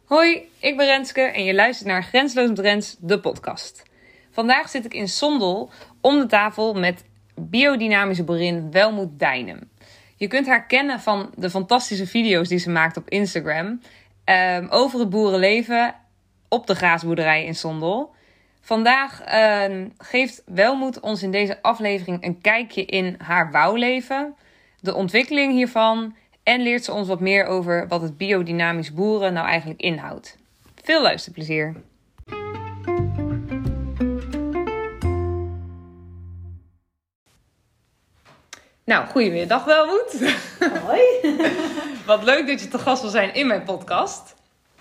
Hoi, ik ben Renske en je luistert naar Grenzeloos met Rens, de podcast. Vandaag zit ik in Sondel om de tafel met biodynamische boerin Welmoed Dijnem. Je kunt haar kennen van de fantastische video's die ze maakt op Instagram over het boerenleven op de graasboerderij in Sondel. Vandaag geeft Welmoed ons in deze aflevering een kijkje in haar wouwleven, de ontwikkeling hiervan en leert ze ons wat meer over wat het biodynamisch boeren nou eigenlijk inhoudt. Veel luisterplezier! Nou, goedemiddag Welmoed. Hoi. Wat leuk dat je te gast wil zijn in mijn podcast.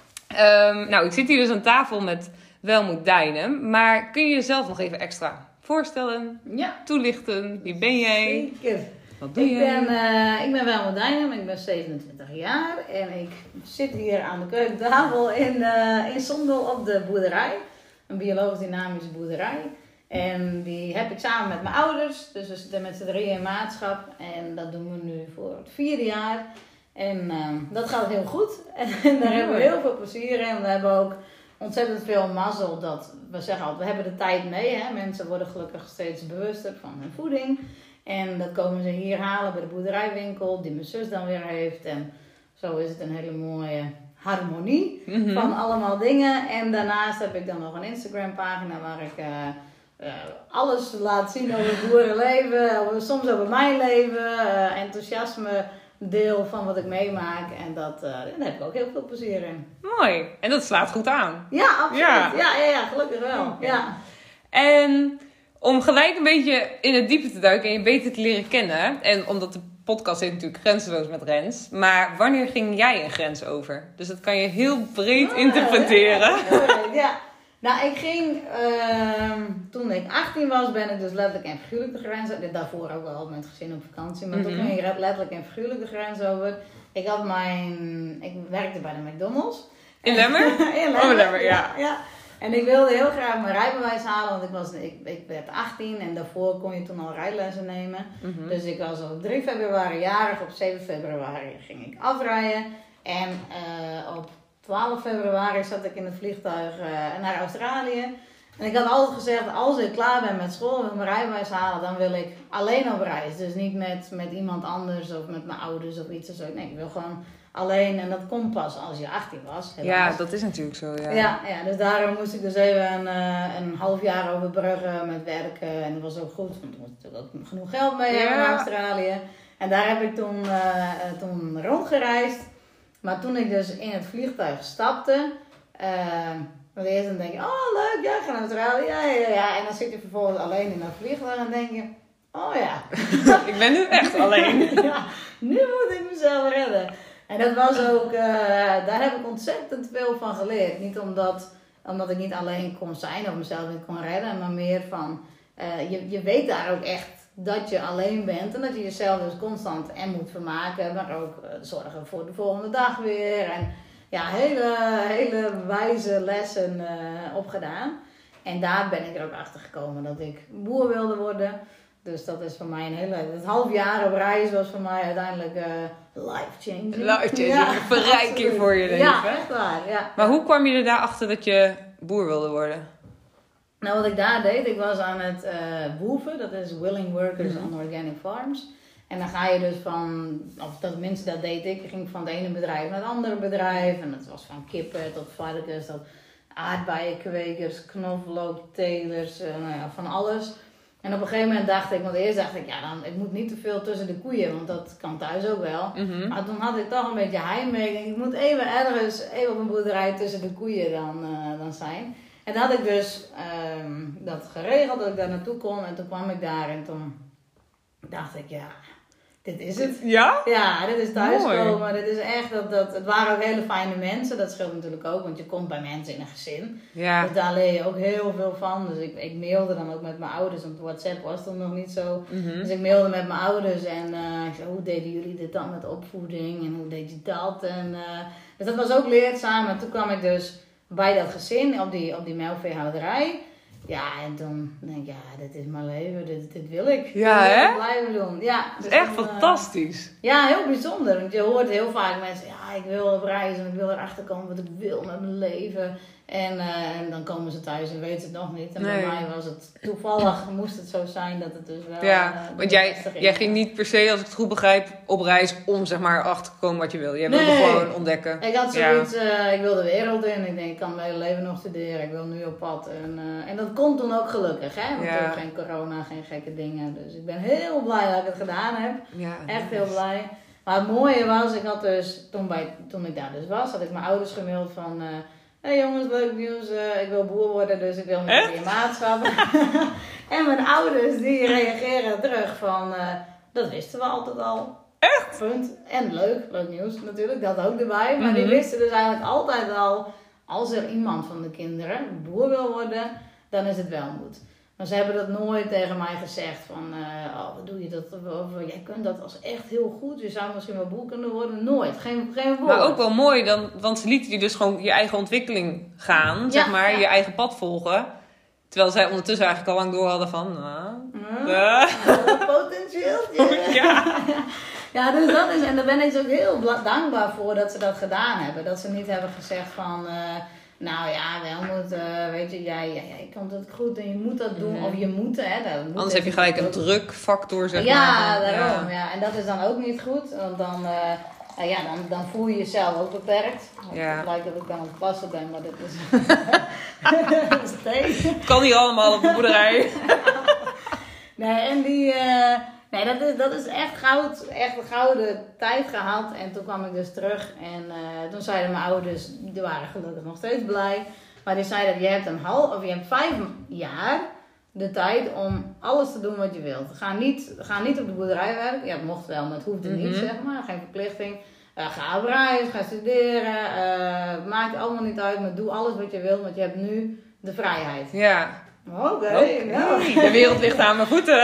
Ik zit hier dus aan tafel met Welmoed Dijnem. Maar kun je jezelf nog even extra voorstellen? Ja. Toelichten? Wie ben jij? Zeker. Wat doe je? Ik ben Welmoed Dijnem, ik ben 27 jaar en ik zit hier aan de keukentafel in Sondel op de boerderij. Een biologisch dynamische boerderij. En die heb ik samen met mijn ouders, dus we zitten met z'n drieën in maatschap. En dat doen we nu voor het 4e jaar. En dat gaat heel goed. En daar hebben we heel veel plezier in. We hebben ook ontzettend veel mazzel dat we zeggen altijd, we hebben de tijd mee. Hè? Mensen worden gelukkig steeds bewuster van hun voeding. En dat komen ze hier halen bij de boerderijwinkel, die mijn zus dan weer heeft. En zo is het een hele mooie harmonie van allemaal dingen. En daarnaast heb ik dan nog een Instagram pagina waar ik alles laat zien over het boerenleven. Soms over mijn leven, enthousiasme deel van wat ik meemaak. En daar heb ik ook heel veel plezier in. Mooi. En dat slaat goed aan. Ja, absoluut. Ja, ja gelukkig wel. Okay. Ja. En om gelijk een beetje in het diepe te duiken en je beter te leren kennen. En omdat de podcast heet natuurlijk Grenzeloos met Rens. Maar wanneer ging jij een grens over? Dus dat kan je heel breed interpreteren. Ja. Nou, ik ging, toen ik 18 was, ben ik dus letterlijk en figuurlijk de grens over. Daarvoor ook wel met gezin op vakantie. Maar toen ging ik letterlijk en figuurlijk de grens over. Ik werkte bij de McDonald's. In Lemmer? In Lemmer. Oh, Lemmer, ja. En ik wilde heel graag mijn rijbewijs halen, want ik werd 18 en daarvoor kon je toen al rijlessen nemen. Dus ik was op 3 februari jarig, op 7 februari ging ik afrijden. En op 12 februari zat ik in het vliegtuig naar Australië. En ik had altijd gezegd, als ik klaar ben met school en mijn rijbewijs halen, dan wil ik alleen op reis. Dus niet met iemand anders of met mijn ouders of iets of zo. Nee, ik wil gewoon alleen. En dat kon pas als je 18 was. Helaas. Ja, dat is natuurlijk zo. Ja, dus daarom moest ik dus even een half jaar overbruggen met werken. En dat was ook goed, want er moest natuurlijk ook genoeg geld mee hebben in Australië. En daar heb ik toen rondgereisd. Maar toen ik dus in het vliegtuig stapte, want eerst dan denk je, oh leuk, ja, ik ga naar Australië, ja. En dan zit je vervolgens alleen in dat vliegtuig en denk je, oh ja. Ik ben nu echt alleen. Ja, nu moet ik mezelf redden. En dat was ook, daar heb ik ontzettend veel van geleerd. Niet omdat ik niet alleen kon zijn of mezelf niet kon redden, maar meer van, je weet daar ook echt dat je alleen bent en dat je jezelf dus constant moet vermaken, maar ook zorgen voor de volgende dag weer. En ja, hele wijze lessen opgedaan. En daar ben ik er ook achter gekomen dat ik boer wilde worden. Dus dat is voor mij het half jaar op reis was voor mij uiteindelijk life-changing. Life-changing, een verrijking voor je leven. Ja, echt waar. Ja. Maar hoe kwam je er daarachter dat je boer wilde worden? Nou, wat ik daar deed, ik was aan het WOFE, dat is Willing Workers on Organic Farms. En dan ga je dus tenminste dat deed ik ging van het ene bedrijf naar het andere bedrijf. En dat was van kippen tot varkens, tot aardbeienkwekers, knoflooktelers, van alles. En op een gegeven moment dacht ik, want eerst dacht ik, ik moet niet te veel tussen de koeien, want dat kan thuis ook wel. Maar toen had ik toch een beetje heimwee. Ik moet even op een boerderij tussen de koeien dan zijn. En dan had ik dus dat geregeld, dat ik daar naartoe kon. En toen kwam ik daar en toen dacht ik, dit is het. Ja? Ja, dit is thuiskomen. Dit is echt, het waren ook hele fijne mensen. Dat scheelt natuurlijk ook, want je komt bij mensen in een gezin. Ja. Dus daar leer je ook heel veel van. Dus ik mailde dan ook met mijn ouders, want WhatsApp was toen nog niet zo. Dus ik mailde met mijn ouders en ik zei, hoe deden jullie dit dan met opvoeding? En hoe deed je dat? Dus dat was ook leerzaam. En toen kwam ik dus bij dat gezin op die melkveehouderij. Ja, en toen denk ik, dit is mijn leven, dit wil ik. Ja, dit wil hè? ik blijven doen. Ja, Dat is dus echt dan, fantastisch. ja, heel bijzonder. Want je hoort heel vaak mensen, ik wil op reis en ik wil erachter komen wat ik wil met mijn leven. En dan komen ze thuis en weten ze het nog niet. En bij mij was het toevallig, moest het zo zijn dat het dus wel... Ja, want jij ging niet per se, als ik het goed begrijp, op reis om zeg maar achter te komen wat je wil. Jij wilde gewoon ontdekken. Ik had zoiets, ik wil de wereld in. Ik denk, ik kan mijn hele leven nog studeren. Ik wil nu op pad. En dat komt toen ook gelukkig, hè. Want er was geen corona, geen gekke dingen. Dus ik ben heel blij dat ik het gedaan heb. Ja, echt heel blij. Maar het mooie was, ik had dus, toen ik daar dus was, had ik mijn ouders gemaild van... Hey jongens, leuk nieuws. Ik wil boer worden, dus ik wil met je maatschap. En mijn ouders die reageren terug van... dat wisten we altijd al. Echt? Punt. En leuk nieuws natuurlijk, dat ook erbij. Maar die wisten dus eigenlijk altijd al... Als er iemand van de kinderen boer wil worden, dan is het Welmoed. Maar ze hebben dat nooit tegen mij gezegd van... wat doe je dat? Of jij kunt dat als echt heel goed. Je zou misschien wel boer kunnen worden. Nooit. Geen woord. Maar ook wel mooi, want ze lieten je dus gewoon je eigen ontwikkeling gaan. Zeg maar, je eigen pad volgen. Terwijl zij ondertussen eigenlijk al lang door hadden van... potentieeltje. Ja, dus dat is... En daar ben ik dus ook heel dankbaar voor dat ze dat gedaan hebben. Dat ze niet hebben gezegd van... Welmoed, weet je, jij kan het goed en je moet dat doen. Of je moet, hè. Anders heb je gelijk een drukfactor, zeg maar. Ja, daarom. Ja. En dat is dan ook niet goed. Want dan voel je jezelf ook beperkt. Het lijkt dat ik dan aan het plassen ben, maar dat is... dat is thee. Het kan niet allemaal op de boerderij. Nee, en die... dat is echt een gouden tijd gehad. En toen kwam ik dus terug. En toen zeiden mijn ouders, die waren gelukkig nog steeds blij. Maar die zeiden, je hebt 5 jaar de tijd om alles te doen wat je wilt. Ga niet op de boerderij werken. Ja, het mocht wel, maar het hoefde niet, zeg maar. Geen verplichting. Ga op reis, ga studeren. Maakt allemaal niet uit, maar doe alles wat je wilt. Want je hebt nu de vrijheid. Ja. Oké. De wereld ligt aan mijn voeten.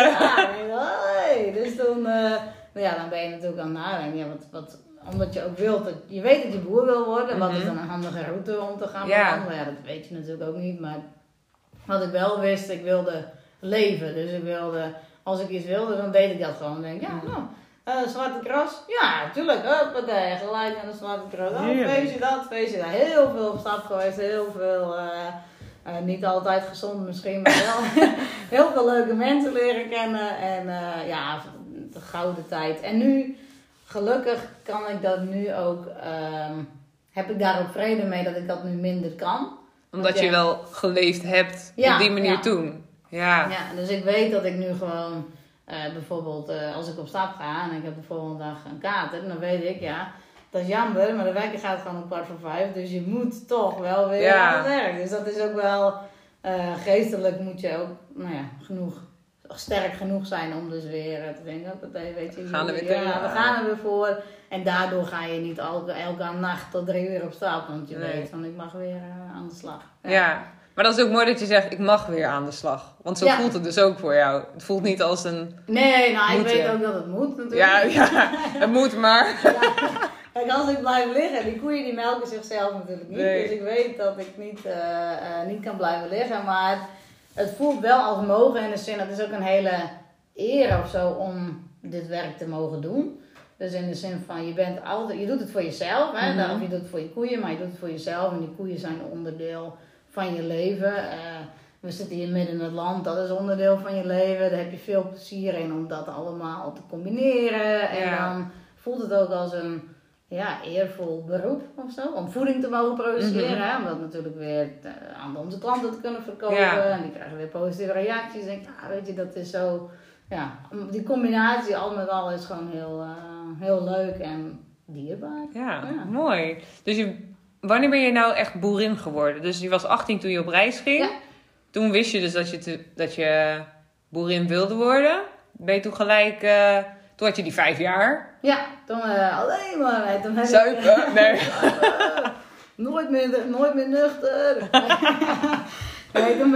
Dus toen, dan ben je natuurlijk aan het nadenken. Ja, omdat je ook wilt, je weet dat je boer wil worden. Wat is dan een handige route om te gaan bewandelen? Ja, dat weet je natuurlijk ook niet. Maar wat ik wel wist, ik wilde leven. Dus ik wilde, als ik iets wilde, dan deed ik dat gewoon. Dan denk ik, Zwarte Cross? Ja, natuurlijk. Huppatee, gelijk aan de Zwarte Cross. Feestje dat. Heel veel op stap geweest, heel veel... niet altijd gezond misschien, maar wel heel veel leuke mensen leren kennen. En de gouden tijd. En nu, gelukkig kan ik dat nu ook, heb ik daar ook vrede mee dat ik dat nu minder kan. Omdat je wel geleefd hebt op die manier toen. Ja, dus ik weet dat ik nu gewoon, bijvoorbeeld als ik op stap ga en ik heb de volgende dag een kater, dan weet ik, dat is jammer, maar de wekker gaat gewoon om 4:45. Dus je moet toch wel weer aan het werk. Dus dat is ook wel... geestelijk moet je ook sterk genoeg zijn om dus weer te denken... weet je, we gaan er weer voor. En daardoor ga je niet elke nacht tot 3 uur op stap. Want je weet van, ik mag weer aan de slag. Ja, maar dat is ook mooi dat je zegt, ik mag weer aan de slag. Want zo voelt het dus ook voor jou. Het voelt niet als een... Nee, ik weet ook dat het moet natuurlijk. Ja, het moet maar. Kijk, als ik blijf liggen, die koeien die melken zichzelf natuurlijk niet. Nee. Dus ik weet dat ik niet kan blijven liggen. Maar het voelt wel als mogen in de zin, het is ook een hele eer of zo om dit werk te mogen doen. Dus in de zin van, je doet het voor jezelf. Hè? Of je doet het voor je koeien, maar je doet het voor jezelf. En die koeien zijn een onderdeel van je leven. We zitten hier midden in het land, dat is onderdeel van je leven. Daar heb je veel plezier in om dat allemaal te combineren. En dan voelt het ook als een... eervol beroep of zo. Om voeding te mogen produceren. Hè? Om dat natuurlijk weer aan onze klanten te kunnen verkopen. Ja. En die krijgen weer positieve reacties. En weet je, dat is zo... Ja, die combinatie al met al is gewoon heel leuk en dierbaar. Ja, mooi. Dus wanneer ben je nou echt boerin geworden? Dus je was 18 toen je op reis ging. Ja. Toen wist je dus dat je boerin wilde worden. Ben je toen gelijk... Toen had je die 5 jaar. Ja, toen alleen maar. Toen zuipen? Nee. nooit meer nuchter. Nee, toen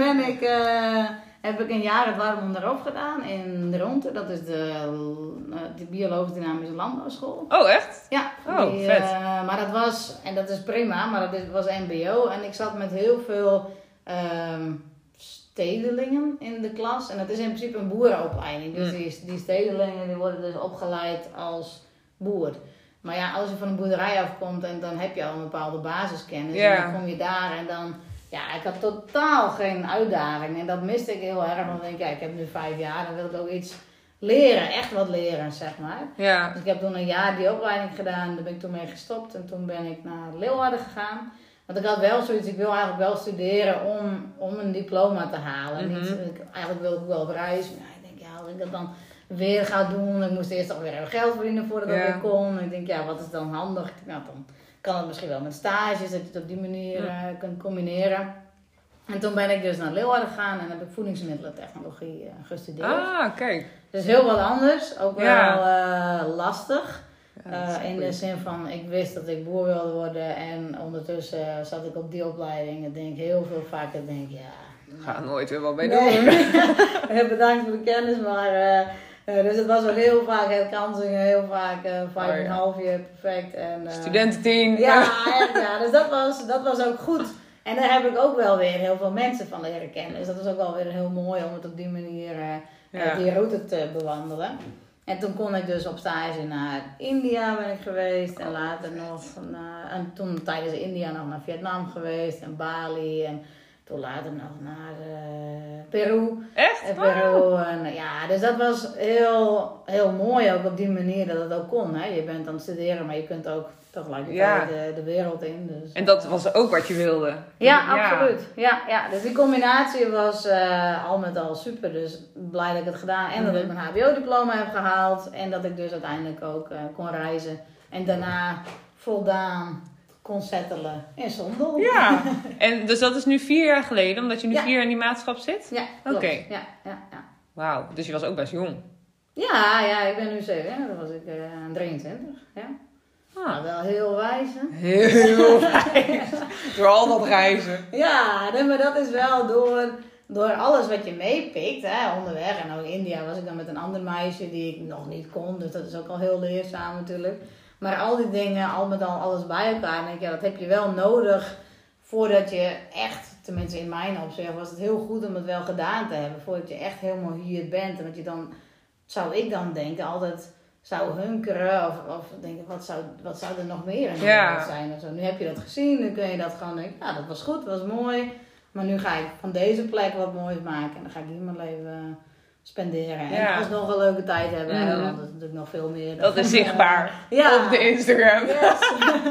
heb ik een jaar het warm onderop gedaan in de Ronte. Dat is de biologisch dynamische landbouwschool. Oh, echt? Ja. Vet. Maar dat was, en dat is prima, maar dat was mbo. En ik zat met heel veel stedelingen in de klas. En dat is in principe een boerenopleiding. Dus die stedelingen die worden dus opgeleid als boer. Maar ja, als je van een boerderij afkomt en dan heb je al een bepaalde basiskennis. En dan kom je daar en dan... Ja, ik had totaal geen uitdaging. En dat miste ik heel erg. Want ik denk, ik heb nu 5 jaar, dan wil ik ook iets leren. Echt wat leren, zeg maar. Ja. Dus ik heb toen een jaar die opleiding gedaan. Daar ben ik toen mee gestopt. En toen ben ik naar Leeuwarden gegaan. Want ik had wel zoiets, ik wil eigenlijk wel studeren om een diploma te halen. Eigenlijk wilde ik wel op reis. Maar ik denk, als ik dat dan weer ga doen. Ik moest eerst alweer even geld verdienen voordat ik weer kon. En ik denk, wat is dan handig? Nou, dan kan het misschien wel met stages, dat je het op die manier kunt combineren. En toen ben ik dus naar Leeuwarden gegaan en heb ik voedingsmiddelentechnologie gestudeerd. Ah, kijk. Dus heel wat anders, ook wel lastig. In de zin van, ik wist dat ik boer wilde worden en ondertussen zat ik op die opleiding. En denk heel veel vaker, ga nooit weer wat mee doen. Bedankt voor de kennis, maar... dus het was wel heel vaak het kansingen, heel vaak 5,5 jaar perfect. En, studententeam. Ja, dus dat was ook goed. En daar heb ik ook wel weer heel veel mensen van leren kennen. Dus dat was ook wel weer heel mooi om het op die manier die route te bewandelen. En toen kon ik dus op stage naar India ben ik geweest. En later nog, en toen tijdens India nog naar Vietnam geweest en Bali. En toen later nog naar Peru. Echt? Peru. En, dus dat was heel, heel mooi ook op die manier dat het ook kon. Hè? Je bent aan het studeren, maar je kunt ook tegelijkertijd de wereld in. Dus. En dat was ook wat je wilde? Ja, absoluut. Ja. Dus die combinatie was al met al super. Dus blij dat ik het gedaan en dat ik mijn HBO-diploma heb gehaald. En dat ik dus uiteindelijk ook kon reizen. En daarna voldaan kon settelen in Sondel. Ja, en dus dat is nu 4 jaar geleden, omdat je nu 4 jaar in die maatschap zit? Ja, klopt. Oké. Ja. Wauw, dus je was ook best jong. Ja, ik ben nu 7, dan was ik 23. Ja. Nou, wel heel wijs, hè? Heel wijs. Door al dat reizen. Ja, maar dat is wel door alles wat je meepikt, hè, onderweg. En ook in India was ik dan met een ander meisje die ik nog niet kon. Dus dat is ook al heel leerzaam natuurlijk. Maar al die dingen, al met al alles bij elkaar. En denk ik, dat heb je wel nodig voordat je echt, tenminste in mijn opzicht, was het heel goed om het wel gedaan te hebben. Voordat je echt helemaal hier bent. En dat je dan, zou ik dan denken, altijd zou hunkeren. Of denken, wat zou er nog meer in de wereld zijn? Of zo. Nu heb je dat gezien, nu kun je dat gewoon denken, dat was goed, dat was mooi. Maar nu ga ik van deze plek wat moois maken. En dan ga ik hier mijn leven spenderen. En alsnog een leuke tijd hebben. Want dat is natuurlijk nog veel meer. Dat is zichtbaar op de Instagram. Yes.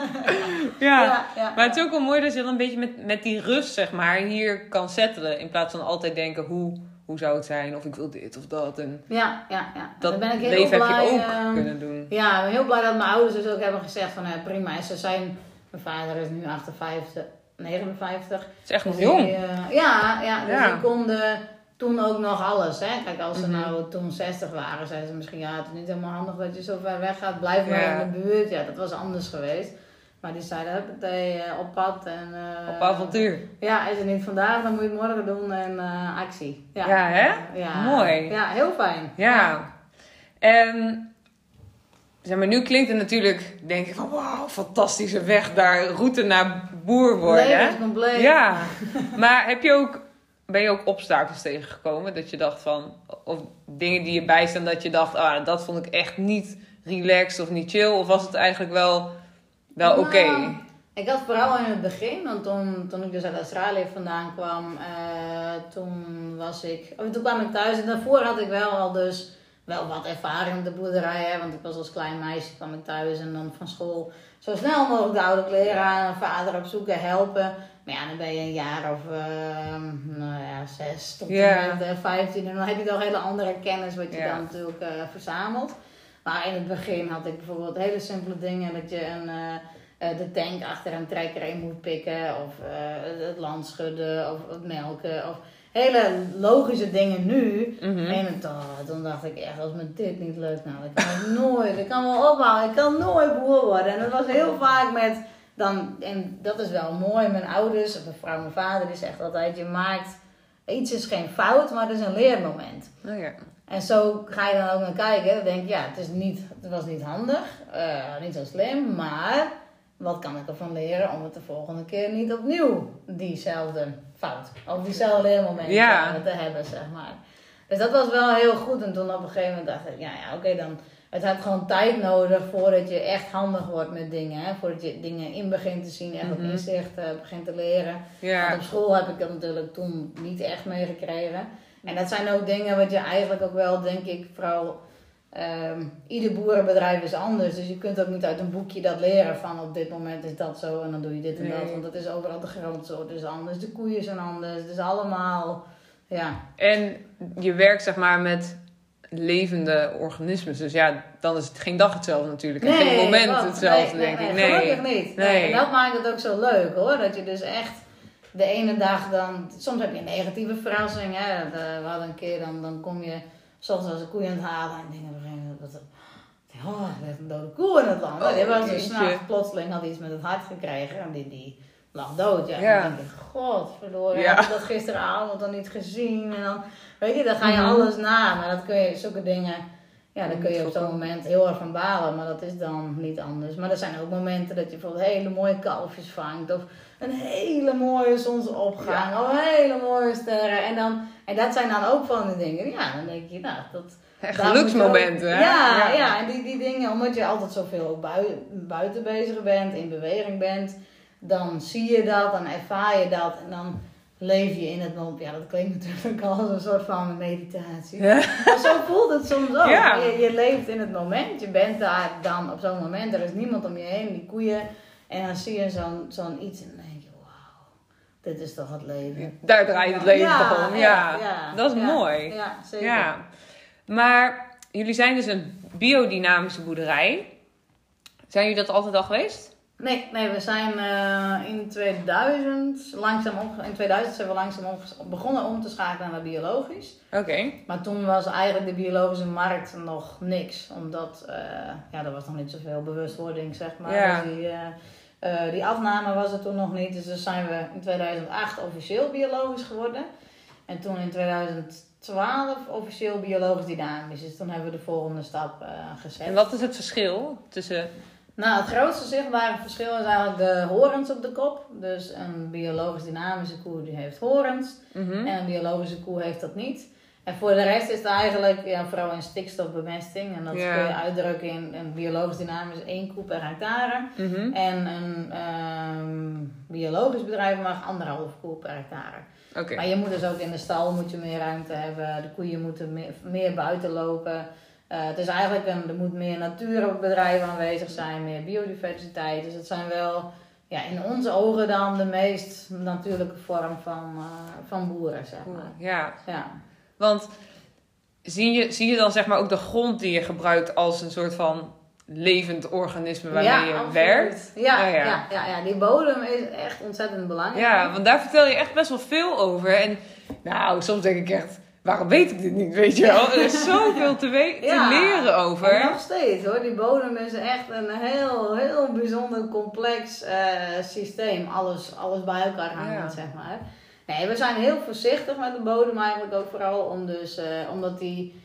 Ja. Maar het is ook wel mooi dat je dan een beetje met die rust, zeg maar, hier kan settelen. In plaats van altijd denken, hoe zou het zijn? Of ik wil dit of dat. En dat ben ik heel leven blij, heb je ook kunnen doen. Ja, ik ben heel blij dat mijn ouders dus ook hebben gezegd van prima. En ze zijn, mijn vader is nu 59. Het is echt nog dus jong. Dus die konden toen ook nog alles. Hè? Kijk, als ze nou toen 60 waren, zeiden ze misschien, het is niet helemaal handig dat je zo ver weg gaat. Blijf maar in de buurt. Ja, dat was anders geweest. Maar die zeiden, op pad. En, op avontuur. Ja, is het niet vandaag, dan moet je het morgen doen en actie. Ja, hè? Mooi. Ja, heel fijn. Ja. En zeg maar, nu klinkt het natuurlijk, denk ik van, wauw, fantastische weg daar, route naar boer worden. Levenscompleet. Ja. Maar ben je ook obstakels tegengekomen? Dat je dacht van, of dingen die je bijstaan, dat je dacht, dat vond ik echt niet relaxed of niet chill. Of was het eigenlijk wel oké? Ik had vooral in het begin, want toen ik dus uit Australië vandaan kwam, toen kwam ik thuis. En daarvoor had ik wel wat ervaring op de boerderij. Hè, want ik was als klein meisje, kwam ik thuis en dan van school zo snel mogelijk de oude kleren aan en vader op zoek en helpen. Maar dan ben je een jaar of 6 tot 15 en dan heb je toch hele andere kennis wat je dan natuurlijk verzamelt. Maar in het begin had ik bijvoorbeeld hele simpele dingen dat je de tank achter een trekker in moet pikken of het land schudden of het melken of hele logische dingen nu. En toen dacht ik echt, als me dit niet lukt, nou, ik kan wel ophouden, ik kan nooit boer worden. En dat was heel vaak en dat is wel mooi, mijn ouders, of mijn vader, die zegt altijd, je maakt, iets is geen fout, maar het is een leermoment. Oh ja. En zo ga je dan ook naar kijken, dan denk je, het was niet handig, niet zo slim, maar wat kan ik ervan leren om het de volgende keer niet opnieuw diezelfde fout of diezelfde leermoment te hebben, zeg maar. Dus dat was wel heel goed. En toen op een gegeven moment dacht ik, oké, dan... Het had gewoon tijd nodig voordat je echt handig wordt met dingen. Hè? Voordat je dingen in begint te zien, echt op inzicht begint te leren. Ja. Want op school heb ik dat natuurlijk toen niet echt meegekregen. En dat zijn ook dingen wat je eigenlijk ook wel, denk ik, vooral... ieder boerenbedrijf is anders. Dus je kunt ook niet uit een boekje dat leren van op dit moment is dat zo en dan doe je dit en dat. Want dat is overal de grondsoort is anders. De koeien zijn anders. Het is allemaal... Ja. En je werkt zeg maar met... levende organismen. Dus dan is het geen dag hetzelfde natuurlijk. En geen moment hetzelfde, denk ik. Nee, gelukkig niet. Nee. En dat maakt het ook zo leuk, hoor. Dat je dus echt de ene dag dan... Soms heb je een negatieve verrassing, hè. We hadden een keer, dan kom je... Soms was een koe aan het halen en dingen beginnen... er ligt een dode koe in het land. Die was dus s'nachts plotseling had iets met het hart gekregen. En die lag dood, Dan denk ik, godverdorie, heb ik dat gisteravond dan niet gezien? En dan... Weet je, dan ga je alles na, maar dat kun je, zulke dingen, daar kun je op zo'n moment heel erg van balen, maar dat is dan niet anders. Maar er zijn ook momenten dat je bijvoorbeeld hele mooie kalfjes vangt, of een hele mooie zonsopgang, of hele mooie sterren. En dat zijn dan ook van die dingen, dan denk je, dat... Geluksmomenten, hè? Ja, en die dingen, omdat je altijd zoveel ook buiten bezig bent, in beweging bent, dan zie je dat, dan ervaar je dat en dan... leef je in het moment. Ja, dat klinkt natuurlijk als een soort van meditatie. Ja. Maar zo voelt het soms ook. Ja. Je leeft in het moment. Je bent daar dan op zo'n moment. Er is niemand om je heen, die koeien. En dan zie je zo'n iets en dan denk je, wauw, dit is toch het leven. Daar draait het leven toch om. Ja. Dat is mooi. Ja, zeker. Ja. Maar jullie zijn dus een biodynamische boerderij. Zijn jullie dat altijd al geweest? Nee, we zijn in 2000 zijn we langzaam begonnen om te schakelen naar biologisch. Oké. Maar toen was eigenlijk de biologische markt nog niks. Omdat, er was nog niet zoveel bewustwording, zeg maar. Ja. Dus die afname was er toen nog niet. Dus dan zijn we in 2008 officieel biologisch geworden. En toen in 2012 officieel biologisch dynamisch. Dus toen hebben we de volgende stap gezet. En wat is het verschil tussen... Nou, het grootste zichtbare verschil is eigenlijk de horens op de kop. Dus een biologisch dynamische koe die heeft horens. En een biologische koe heeft dat niet. En voor de rest is het eigenlijk vooral in stikstofbemesting. En dat kun je uitdrukken in een biologisch dynamisch 1 koe per hectare. En een biologisch bedrijf mag 1,5 koe per hectare. Okay. Maar je moet dus ook in de stal meer ruimte hebben. De koeien moeten meer buiten lopen. Het is eigenlijk er moet meer natuur op het bedrijf aanwezig zijn, meer biodiversiteit. Dus het zijn wel in onze ogen dan de meest natuurlijke vorm van boeren, zeg maar. Ja. Want zie je dan zeg maar ook de grond die je gebruikt als een soort van levend organisme waarmee je werkt? Ja, die bodem is echt ontzettend belangrijk. Ja, want daar vertel je echt best wel veel over. En nou, soms denk ik echt... Waarom weet ik dit niet, weet je wel? Er is zoveel te leren over. En nog steeds hoor. Die bodem is echt een heel, heel bijzonder complex systeem. Alles bij elkaar hangt, zeg maar. Nee, we zijn heel voorzichtig met de bodem eigenlijk ook vooral. Omdat die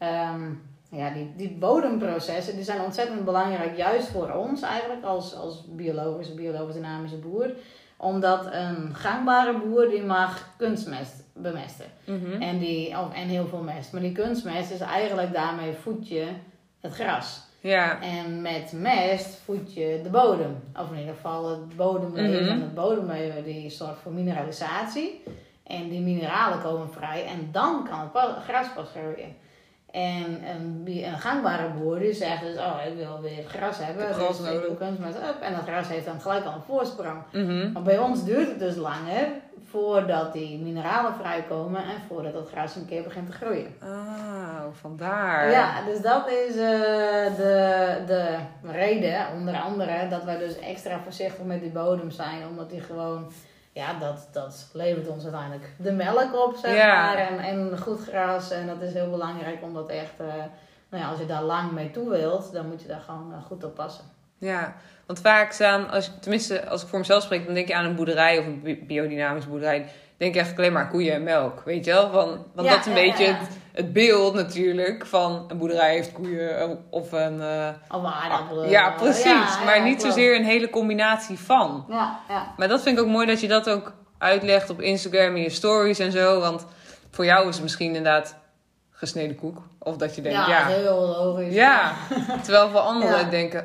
bodemprocessen die zijn ontzettend belangrijk. Juist voor ons eigenlijk als biologisch dynamische boer. Omdat een gangbare boer die mag kunstmest bemesten. En heel veel mest. Maar die kunstmest is eigenlijk daarmee voed je het gras. Ja. En met mest voed je de bodem. Of in ieder geval het bodemleven. En het bodemleven die zorgt voor mineralisatie. En die mineralen komen vrij. En dan kan het gras pas groeien. En een gangbare boer die zegt dus, ik wil weer gras hebben. Dus ik doe kunstmest op. En dat gras heeft dan gelijk al een voorsprong. Maar bij ons duurt het dus langer voordat die mineralen vrijkomen en voordat het gras een keer begint te groeien. Vandaar. Ja, dus dat is de reden, onder andere, dat wij dus extra voorzichtig met die bodem zijn. Omdat die gewoon, dat levert ons uiteindelijk de melk op, zeg maar. En goed gras. En dat is heel belangrijk, omdat echt, als je daar lang mee toe wilt, dan moet je daar gewoon goed op passen. Ja, want vaak als ik voor mezelf spreek, dan denk je aan een boerderij of een biodynamische boerderij. denk je eigenlijk alleen maar koeien en melk. Weet je wel? Want dat is een beetje het beeld natuurlijk van een boerderij heeft koeien of een... Of aardappelen. Ja, precies. Maar niet zozeer een hele combinatie van. Ja. Maar dat vind ik ook mooi dat je dat ook uitlegt op Instagram in je stories en zo. Want voor jou is het misschien inderdaad gesneden koek. Of dat je denkt, heel logisch. Ja, terwijl voor anderen denken,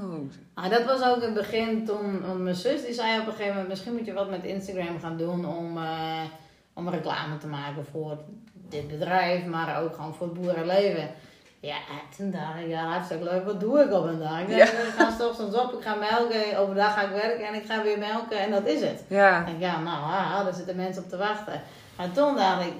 dat was ook in het begin toen mijn zus die zei op een gegeven moment, misschien moet je wat met Instagram gaan doen om reclame te maken voor dit bedrijf, maar ook gewoon voor het boerenleven. Ja, toen dacht ik, hartstikke leuk, wat doe ik op een dag? Ik ga 's ochtends op, ik ga melken, overdag ga ik werken en ik ga weer melken en dat is het. Ja. En daar zitten mensen op te wachten. Maar toen dacht ik,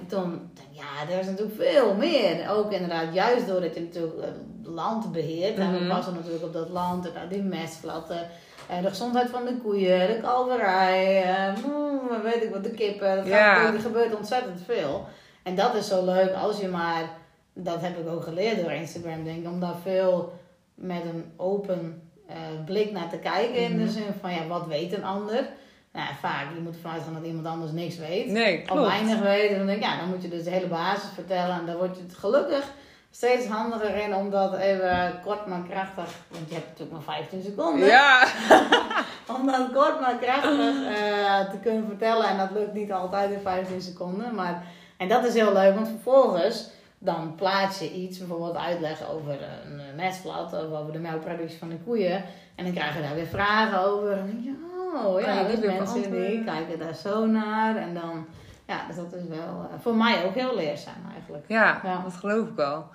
er is natuurlijk veel meer. Ook inderdaad, juist doordat je natuurlijk land beheert. En we passen natuurlijk op dat land, die mestvlatten, de gezondheid van de koeien, de kalverij, weet ik wat, de kippen. Er gebeurt ontzettend veel. En dat is zo leuk als je maar, dat heb ik ook geleerd door Instagram, denk ik, om daar veel met een open blik naar te kijken. In de zin van, wat weet een ander? Nou, vaak, je moet ervan uitgaan dat iemand anders niks weet. Nee, klopt. Of weinig weet. En dan denk ik, dan moet je dus de hele basis vertellen. En dan word je het gelukkig steeds handiger in om dat even kort maar krachtig... Want je hebt natuurlijk maar 15 seconden. Ja. Om dat kort maar krachtig te kunnen vertellen. En dat lukt niet altijd in 15 seconden. En dat is heel leuk, want vervolgens... Dan plaats je iets, bijvoorbeeld uitleggen over een mestvlat of over de melkproductie van de koeien. En dan krijg je daar weer vragen over. En dan denk je, dus mensen die kijken daar zo naar. En dan, dus dat is wel voor mij ook heel leerzaam eigenlijk. Ja, dat geloof ik wel.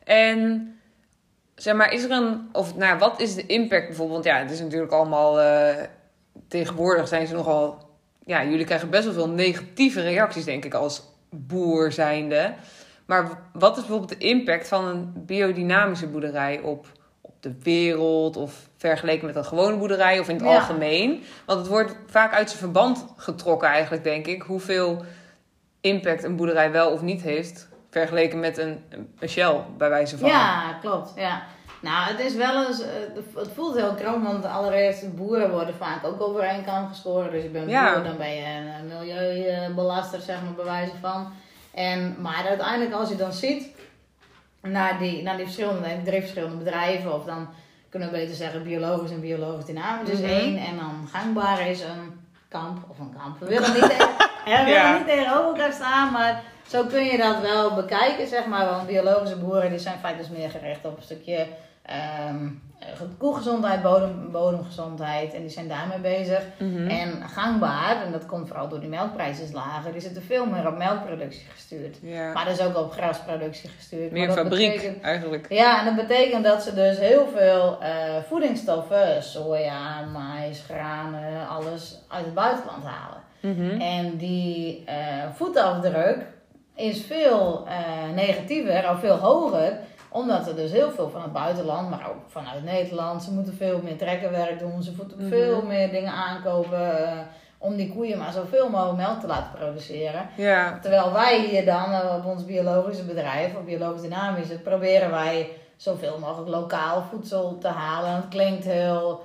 En zeg maar, is er wat is de impact bijvoorbeeld? Want het is natuurlijk allemaal, tegenwoordig zijn ze nogal, jullie krijgen best wel veel negatieve reacties denk ik als boer zijnde. Maar wat is bijvoorbeeld de impact van een biodynamische boerderij op de wereld of vergeleken met een gewone boerderij of in het algemeen? Want het wordt vaak uit zijn verband getrokken eigenlijk, denk ik, hoeveel impact een boerderij wel of niet heeft vergeleken met een Shell, bij wijze van. Ja, klopt. Ja. Nou, het is wel eens, het voelt heel krom, want allereerst boeren worden vaak ook over één kam geschoren. Dus je bent boer, dan ben je een milieubelaster, zeg maar, bij wijze van. Maar uiteindelijk als je dan ziet naar die drie verschillende bedrijven, of dan kunnen we beter zeggen biologisch en biologisch dynamisch is één. En dan gangbaar is een kamp of een kamp. We willen niet tegenover elkaar staan, maar zo kun je dat wel bekijken, zeg maar. Want biologische boeren die zijn vaak dus meer gericht op een stukje koelgezondheid, bodemgezondheid. En die zijn daarmee bezig. En gangbaar, en dat komt vooral door die melkprijs is lager, die zitten veel meer op melkproductie gestuurd. Ja. Maar dus ook op grasproductie gestuurd. Meer fabriek eigenlijk. Ja, en dat betekent dat ze dus heel veel voedingsstoffen, soja, mais, granen, alles uit het buitenland halen. En die voetafdruk is veel negatiever of veel hoger, omdat er dus heel veel van het buitenland, maar ook vanuit Nederland, ze moeten veel meer trekkerwerk doen, ze moeten veel meer dingen aankopen om die koeien maar zoveel mogelijk melk te laten produceren. Ja. Terwijl wij hier dan op ons biologische bedrijf, op biologisch dynamisch, proberen wij zoveel mogelijk lokaal voedsel te halen. Het klinkt heel,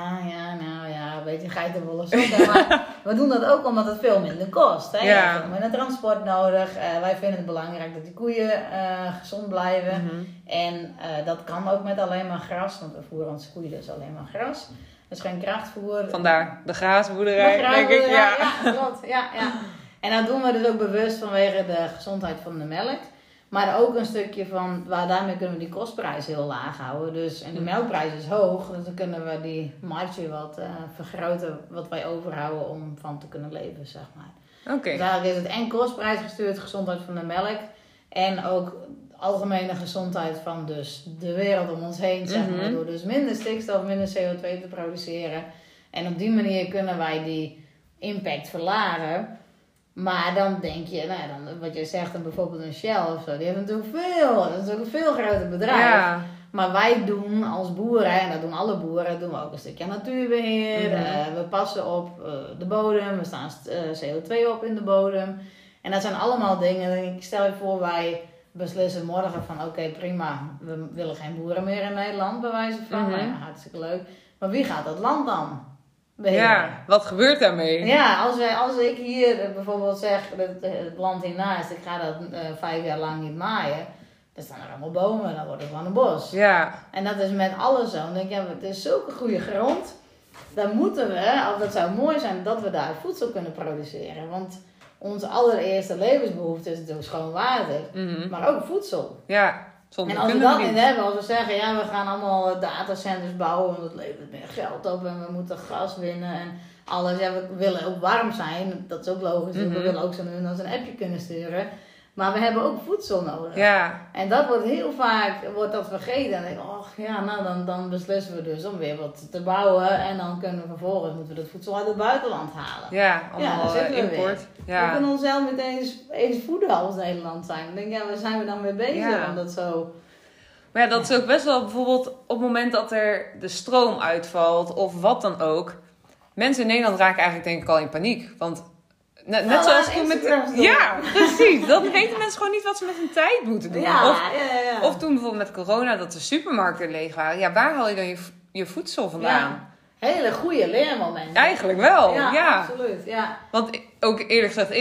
weet je, geitenwolle sokken. Maar we doen dat ook omdat het veel minder kost. Hè? Je hebt veel minder transport nodig. Wij vinden het belangrijk dat die koeien gezond blijven. En dat kan ook met alleen maar gras. Want we voeren onze koeien dus alleen maar gras. Dus geen krachtvoer. Vandaar de graasboerderij, denk ik. Ja, klopt. Ja. En dat doen we dus ook bewust vanwege de gezondheid van de melk. Maar ook een stukje van, daarmee kunnen we die kostprijs heel laag houden. Dus, en de melkprijs is hoog, dus dan kunnen we die marge wat vergroten, wat wij overhouden om van te kunnen leven, zeg maar. Okay. Dus eigenlijk is het en kostprijs gestuurd, gezondheid van de melk. En ook algemene gezondheid van dus de wereld om ons heen, zeg maar. Door dus minder stikstof, minder CO2 te produceren. En op die manier kunnen wij die impact verlagen. Maar dan denk je, dan, wat je zegt, dan bijvoorbeeld een Shell of zo, die heeft natuurlijk dat is natuurlijk een veel groter bedrijf. Ja. Maar wij doen als boeren, en dat doen alle boeren, doen we ook een stukje natuurbeheer. We passen op de bodem, we staan CO2 op in de bodem. En dat zijn allemaal dingen, ik stel je voor, wij beslissen morgen van oké, prima, we willen geen boeren meer in Nederland, bij wijze van. Hartstikke leuk. Maar wie gaat dat land dan Ja, wat gebeurt daarmee? Ja, als ik hier bijvoorbeeld zeg, het land hiernaast, ik ga dat 5 jaar lang niet maaien. Dan staan er allemaal bomen, dan wordt het gewoon een bos. Ja. En dat is met alles zo. Dan denk ik, het is zulke goede grond. Dan moeten we, of dat zou mooi zijn, dat we daar voedsel kunnen produceren. Want onze allereerste levensbehoefte is natuurlijk schoon water. Maar ook voedsel. Ja. En als we dat niet hebben, als we zeggen, ja, we gaan allemaal datacenters bouwen, want dat levert meer geld op en we moeten gas winnen en alles. Ja, we willen ook warm zijn, dat is ook logisch. We willen ook zo nu nog een appje kunnen sturen. Maar we hebben ook voedsel nodig. Ja. En dat wordt heel vaak vergeten. En dan denk ik, dan beslissen we dus om weer wat te bouwen. En dan kunnen we vervolgens, moeten we dat voedsel uit het buitenland halen. Ja, allemaal import. Ja. We kunnen onszelf niet eens voeden als Nederland zijn. Dan denk ik, waar zijn we dan mee bezig? Om dat zo... Maar ja, dat is ook best wel bijvoorbeeld op het moment dat er de stroom uitvalt of wat dan ook. Mensen in Nederland raken eigenlijk denk ik al in paniek. Want net zoals toen met... Ja, precies. Dan weten mensen gewoon niet wat ze met hun tijd moeten doen. Of toen bijvoorbeeld met corona dat de supermarkten leeg waren. Ja, waar haal je dan je voedsel vandaan? Ja. Hele goede leermomenten. Eigenlijk wel, ja. Absoluut, ja. Want ook eerlijk gezegd,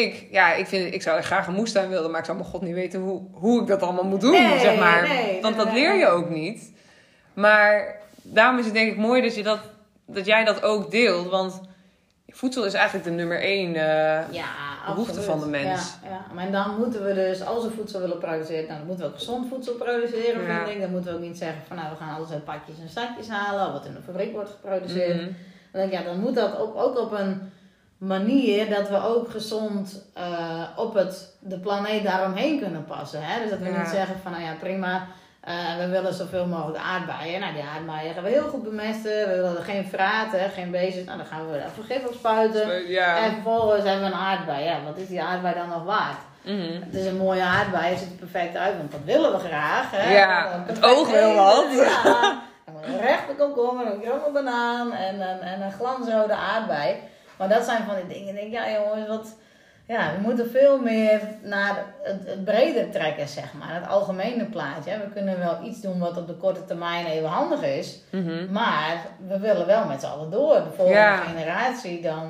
ik zou graag een moestuin willen, maar ik zou mijn god niet weten hoe ik dat allemaal moet doen, zeg maar. Want dat leer je ook niet. Maar daarom is het denk ik mooi dat jij dat ook deelt, want voedsel is eigenlijk de nummer 1 behoefte van de mens. Ja. Maar dan moeten we dus, als we voedsel willen produceren, dan moeten we ook gezond voedsel produceren, vind ik. Dan moeten we ook niet zeggen van, we gaan alles uit pakjes en zakjes halen, wat in de fabriek wordt geproduceerd. Dan denk ik, dan moet dat ook op een manier dat we ook gezond op de planeet daaromheen kunnen passen. Hè? Dus dat we niet zeggen van, prima, we willen zoveel mogelijk aardbeien. Nou, die aardbeien gaan we heel goed bemesten. We willen geen fraten, geen beestjes. Nou, dan gaan we daar vergif op spuiten. Ja. En vervolgens hebben we een aardbei. Ja, wat is die aardbei dan nog waard? Het is een mooie aardbei, het ziet er perfect uit, want dat willen we graag. Hè? Ja, het oog wil wat. Ja, een rechte komkommer, een jonge banaan en een glansrode aardbei. Maar dat zijn van die dingen. Ik denk, jongens, we moeten veel meer naar het breder trekken, zeg maar. Het algemene plaatje. We kunnen wel iets doen wat op de korte termijn even handig is. Maar we willen wel met z'n allen door. De volgende generatie dan,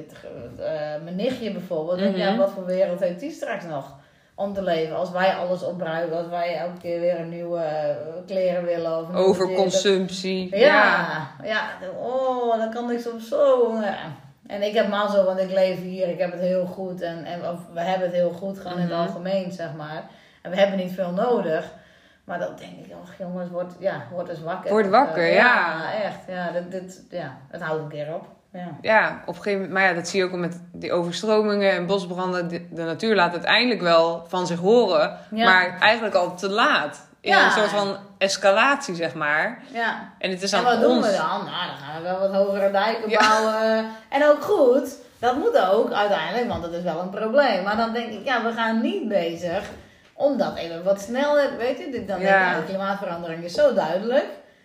mijn nichtje bijvoorbeeld. Wat voor wereld heeft die straks nog om te leven? Als wij alles opbruiken, als wij elke keer weer een nieuwe kleren willen. Of overconsumptie. Ja. Dan kan ik soms zo... En ik heb mazzel, want ik leef hier, ik heb het heel goed. We hebben het heel goed, gewoon in het algemeen, zeg maar. En we hebben niet veel nodig. Maar dan denk ik, jongens, word eens wakker. Word wakker, Ja, echt. Ja, het houdt een keer op. Ja, op een gegeven moment, maar dat zie je ook met die overstromingen en bosbranden. De natuur laat uiteindelijk wel van zich horen, maar eigenlijk al te laat. In een soort van escalatie, zeg maar. Ja. En het is aan wat doen we dan? Nou, dan gaan we wel wat hogere dijken bouwen. En ook goed, dat moet ook uiteindelijk, want dat is wel een probleem. Maar dan denk ik, we gaan niet bezig om dat even wat sneller, weet je. Dan denk ik, klimaatverandering is zo duidelijk.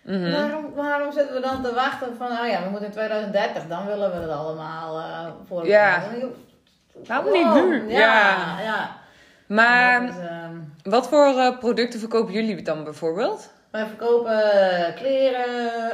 Waarom zitten we dan te wachten van, we moeten in 2030, dan willen we het allemaal voor. Gaan we niet doen. Ja. Maar wat voor producten verkopen jullie dan bijvoorbeeld? Wij verkopen kleren,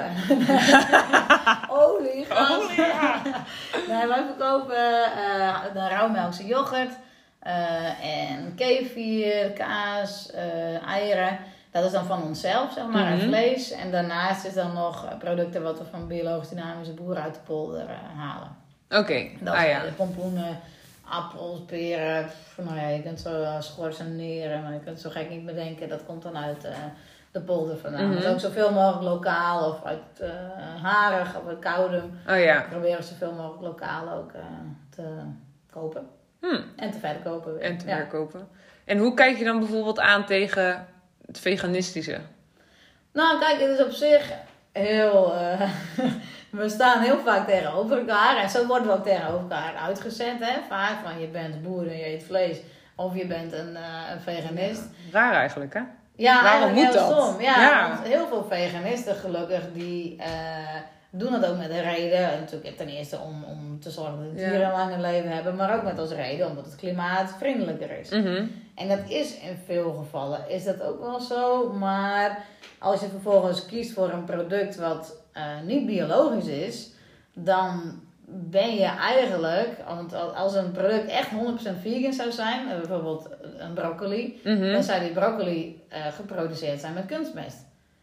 olie, gas. Nee, wij verkopen de rauwmelkse yoghurt en kefir, kaas, eieren. Dat is dan van onszelf, zeg maar, en vlees. En daarnaast is dan nog producten wat we van biologisch dynamische boeren uit de polder halen. Oké. Dat is pompoenen, appels, peren. Je kunt zo schorsen neren, maar je kunt het zo gek niet bedenken. Dat komt dan uit de polder vandaan. Dus ook zoveel mogelijk lokaal of uit Harig of uit Koudum. We proberen zoveel mogelijk lokaal ook te kopen. En te verkopen. En hoe kijk je dan bijvoorbeeld aan tegen het veganistische? Nou, kijk, het is op zich heel... we staan heel vaak tegenover elkaar. En zo worden we ook tegenover elkaar uitgezet. Hè? Vaak van, je bent boer en je eet vlees. Of je bent een veganist. Raar eigenlijk, hè? Ja, waarom moet heel dat? Stom. Ja, want heel veel veganisten gelukkig, die doen het ook met een reden. Natuurlijk ten eerste om te zorgen dat de dieren een langer leven hebben. Maar ook met als reden omdat het klimaat vriendelijker is. En dat is in veel gevallen, is dat ook wel zo. Maar als je vervolgens kiest voor een product wat niet biologisch is, dan ben je eigenlijk, want als een product echt 100% vegan zou zijn, bijvoorbeeld een broccoli, dan zou die broccoli geproduceerd zijn met kunstmest.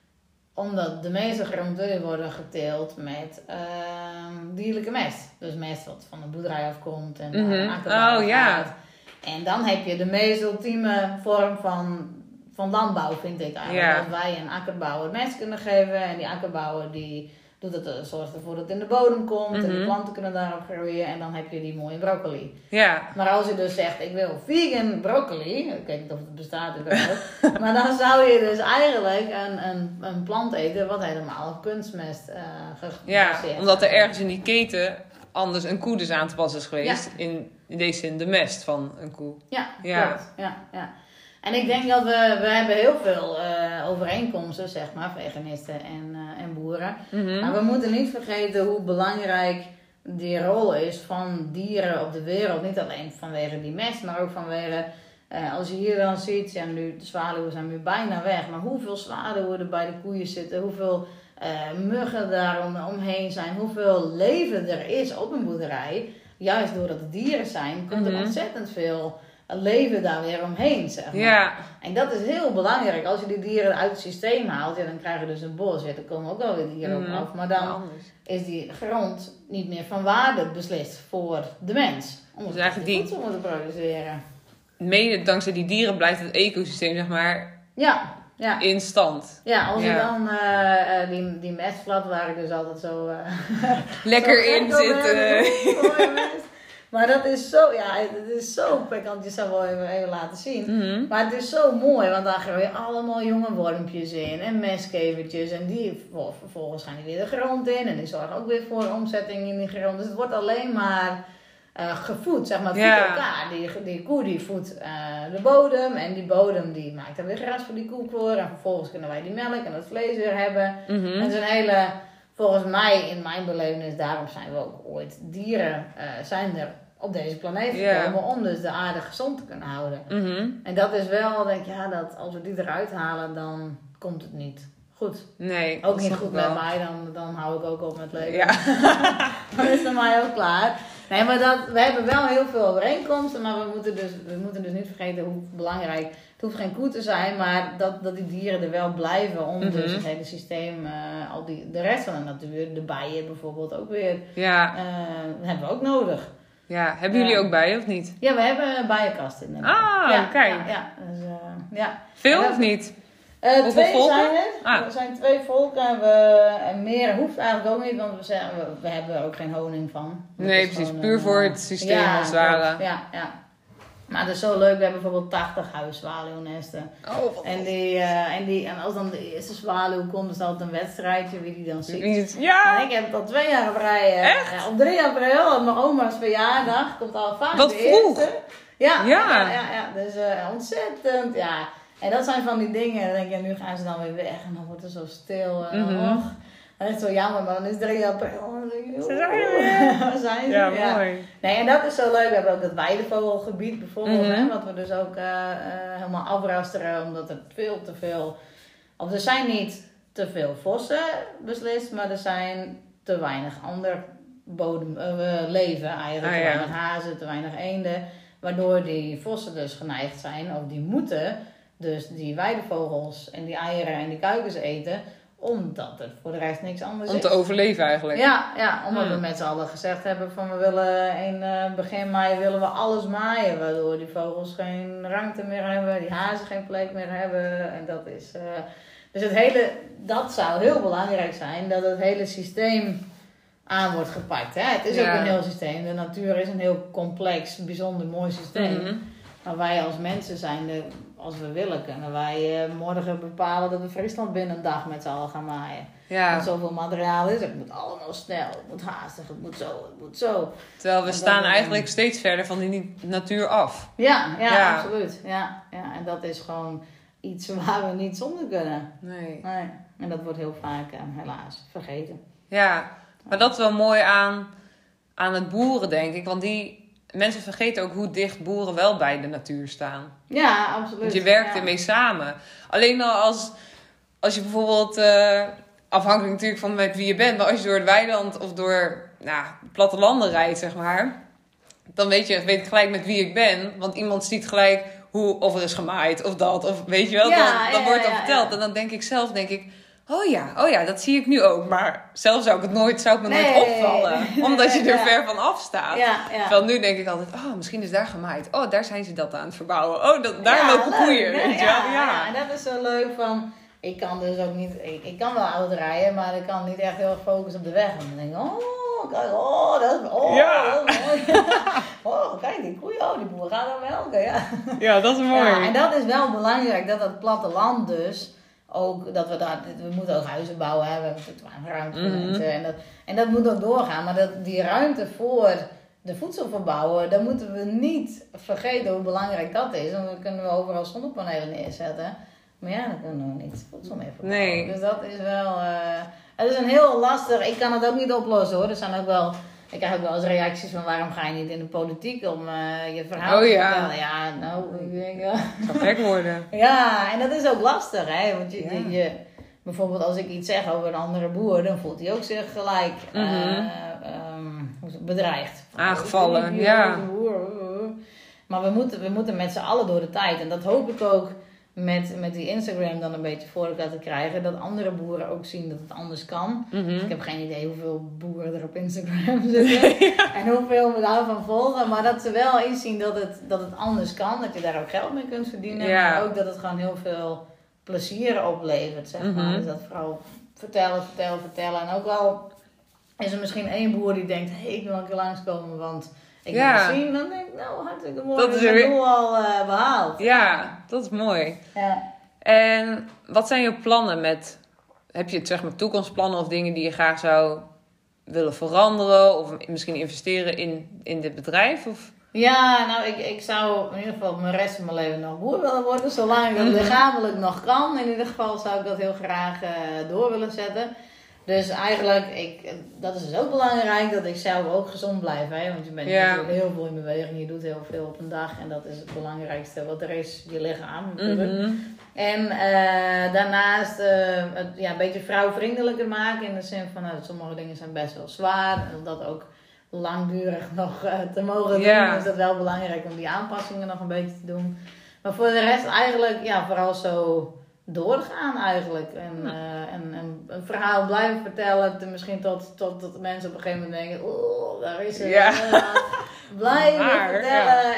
Omdat de meeste groenten worden geteeld met dierlijke mest. Dus mest wat van de boerderij afkomt en akkerbouw gaat. En dan heb je de meest ultieme vorm van landbouw, vind ik eigenlijk. Ja. Dat wij een akkerbouwer mest kunnen geven en die akkerbouwer die zorgt ervoor dat het in de bodem komt en de planten kunnen daarop groeien en dan heb je die mooie broccoli. Ja. Maar als je dus zegt, ik wil vegan broccoli, ik weet niet of het bestaat überhaupt, maar dan zou je dus eigenlijk een plant eten wat helemaal op kunstmest gebaseerd is. Omdat er ergens in die keten anders een koe dus aan te passen is geweest. Ja. In deze zin de mest van een koe. Ja, klopt. Ja. En ik denk dat we hebben heel veel overeenkomsten, zeg maar, veganisten en boeren. Maar we moeten niet vergeten hoe belangrijk die rol is van dieren op de wereld. Niet alleen vanwege die mest, maar ook vanwege, als je hier dan ziet, ja, nu, de zwaluwen zijn nu bijna weg. Maar hoeveel zwaluwen er bij de koeien zitten, hoeveel muggen daar omheen zijn, hoeveel leven er is op een boerderij. Juist doordat het dieren zijn, komt er ontzettend veel leven daar weer omheen, zeg maar. Ja. En dat is heel belangrijk. Als je die dieren uit het systeem haalt, dan krijg je dus een bos. Ja, er komen ook wel weer dieren op af. Maar dan is die grond niet meer van waarde beslist voor de mens. Omdat dus eigenlijk die voedsel moeten produceren. Mede dankzij die dieren blijft het ecosysteem, zeg maar, in stand. Ja, als je dan die mestvlat waar ik dus altijd zo lekker zo in zit. Maar dat is zo, het is zo, ik kan het je zo wel even laten zien. Maar het is zo mooi, want daar groeien je allemaal jonge wormpjes in en mestkevertjes. En die, vervolgens gaan die weer de grond in en die zorgen ook weer voor omzetting in die grond. Dus het wordt alleen maar gevoed, zeg maar, voedt elkaar. Die koe die voedt de bodem en die bodem die maakt dan weer gras voor die koe voor. En vervolgens kunnen wij die melk en het vlees weer hebben. En zo'n hele... Volgens mij, in mijn belevenis, daarom zijn we ook ooit dieren, zijn er op deze planeet gekomen om dus de aarde gezond te kunnen houden. En dat is wel, denk ik, dat als we die eruit halen, dan komt het niet goed. Nee, ook niet goed met mij, dan hou ik ook op met leven. Ja. Dan is het mij ook klaar. Nee, maar we hebben wel heel veel overeenkomsten, maar we moeten dus niet vergeten hoe belangrijk. Het hoeft geen koe te zijn, maar dat die dieren er wel blijven om dus het hele systeem, de rest van de natuur, de bijen bijvoorbeeld ook weer, hebben we ook nodig. Ja, hebben jullie ook bijen of niet? Ja, we hebben een bijenkast in. Kijk. Dus, veel of niet? 2 zijn het. Ah. Er zijn 2 volken en meer hoeft eigenlijk ook niet, want we hebben er ook geen honing van. Nee, precies. Puur voor het systeem als het ware. Ja. Maar het is zo leuk, we hebben bijvoorbeeld 80 huiszwaluwnesten. En als dan de eerste zwaluw komt, is dat altijd een wedstrijdje wie die dan ziet. Ja! En ik heb het al 2 jaar op rij. Op 3 april, op mijn oma's verjaardag, komt al vaak wat de vroeg. eerste. Ja. Dus ontzettend, ja. En dat zijn van die dingen, dan denk je, nu gaan ze dan weer weg en dan wordt het zo stil. Dat is zo jammer, maar dan is 3 april. Waar zijn ze? Ja, mooi. Nee, en dat is zo leuk. We hebben ook het weidevogelgebied bijvoorbeeld. Wat we dus ook helemaal afrasteren. Omdat er veel te veel... Of er zijn niet te veel vossen beslist. Maar er zijn te weinig ander leven eigenlijk. Te weinig hazen, te weinig eenden. Waardoor die vossen dus geneigd zijn. Of die moeten dus die weidevogels en die eieren en die kuikens eten... Omdat er voor de rest niks anders is. Om te overleven eigenlijk. Ja, omdat we met z'n allen gezegd hebben van we willen in begin mei willen we alles maaien. Waardoor die vogels geen ruimte meer hebben, die hazen geen plek meer hebben. En dat is... Dus dat zou heel belangrijk zijn, dat het hele systeem aan wordt gepakt. Hè? Het is ook een heel systeem. De natuur is een heel complex, bijzonder mooi systeem. Maar wij als mensen zijn als we willen, kunnen wij morgen bepalen dat we Friesland binnen een dag met z'n allen gaan maaien. Ja. Want zoveel materiaal is. Het moet allemaal snel, het moet haastig, het moet zo. Terwijl we staan eigenlijk steeds verder van die natuur af. Ja, absoluut. Ja. En dat is gewoon iets waar we niet zonder kunnen. Nee. En dat wordt heel vaak helaas vergeten. Ja, maar dat is wel mooi aan het boeren, denk ik. Want mensen vergeten ook hoe dicht boeren wel bij de natuur staan. Ja, absoluut. Want je werkt ermee samen. Alleen al als je bijvoorbeeld, afhankelijk natuurlijk van met wie je bent, maar als je door het weiland of door plattelanden rijd, zeg maar. Dan weet ik gelijk met wie ik ben. Want iemand ziet gelijk of er is gemaaid of dat. Of weet je wel, dan wordt dat verteld. Ja. En dan denk ik, oh ja, dat zie ik nu ook. Maar zelf zou me nooit opvallen. Omdat je er ver van af staat. Ja. Terwijl nu denk ik altijd, misschien is daar gemaaid. Oh, daar zijn ze dat aan het verbouwen. Oh, daar lopen koeien. Weet je wel? Ja, en dat is zo leuk van... Ik kan dus ook niet... Ik kan wel auto rijden, maar ik kan niet echt heel erg focussen op de weg. En dan denk ik, kijk, dat is mooi. Kijk, die koeien, die boer gaat dan melken. Ja, dat is mooi. Ja, en dat is wel belangrijk, dat platteland dus... Ook dat we moeten ook huizen bouwen, hè. We hebben ruimte voor mensen. En dat moet ook doorgaan. Maar die ruimte voor de voedselverbouwen, daar moeten we niet vergeten hoe belangrijk dat is. Want dan kunnen we overal zonnepanelen neerzetten. Maar dan kunnen we niet voedsel meer verbouwen. Nee. Dus dat is wel... het is een heel lastig... Ik kan het ook niet oplossen, hoor. Er zijn ook wel... Ik krijg ook wel eens reacties van waarom ga je niet in de politiek om je verhaal te vertellen. Ja, ik denk... Het zou gek worden. Ja, en dat is ook lastig, hè. Want je bijvoorbeeld als ik iets zeg over een andere boer, dan voelt hij ook zich gelijk bedreigd. Aangevallen, ja. Maar we moeten met z'n allen door de tijd. En dat hoop ik ook met die Instagram dan een beetje voor elkaar te krijgen. Dat andere boeren ook zien dat het anders kan. Ik heb geen idee hoeveel boeren er op Instagram zitten. En hoeveel we daarvan volgen. Maar dat ze wel inzien dat het anders kan. Dat je daar ook geld mee kunt verdienen. Ja. Maar ook dat het gewoon heel veel plezier oplevert. Zeg maar. Dus dat vooral vertellen. En ook wel is er misschien één boer die denkt... ik wil een keer langskomen, want... Ik wil het zien, dan denk ik, hartstikke mooi. Dat is het doel al behaald. Ja, dat is mooi. Ja. En wat zijn je plannen heb je zeg maar toekomstplannen of dingen die je graag zou willen veranderen? Of misschien investeren in dit bedrijf? Of? Ja, ik zou in ieder geval mijn rest van mijn leven nog boer willen worden. Zolang ik dat lichamelijk nog kan. In ieder geval zou ik dat heel graag door willen zetten. Dus eigenlijk, dat is dus ook belangrijk dat ik zelf ook gezond blijf. Hè? Want je bent natuurlijk heel veel in beweging. Je doet heel veel op een dag. En dat is het belangrijkste wat er is. Je lichaam natuurlijk. En daarnaast het een beetje vrouwvriendelijker maken. In de zin van, sommige dingen zijn best wel zwaar. En dat ook langdurig nog te mogen doen. Is dat wel belangrijk om die aanpassingen nog een beetje te doen. Maar voor de rest eigenlijk, vooral zo... doorgaan eigenlijk. En een verhaal blijven vertellen. Misschien tot de mensen op een gegeven moment denken... daar is het. Blijven vertellen.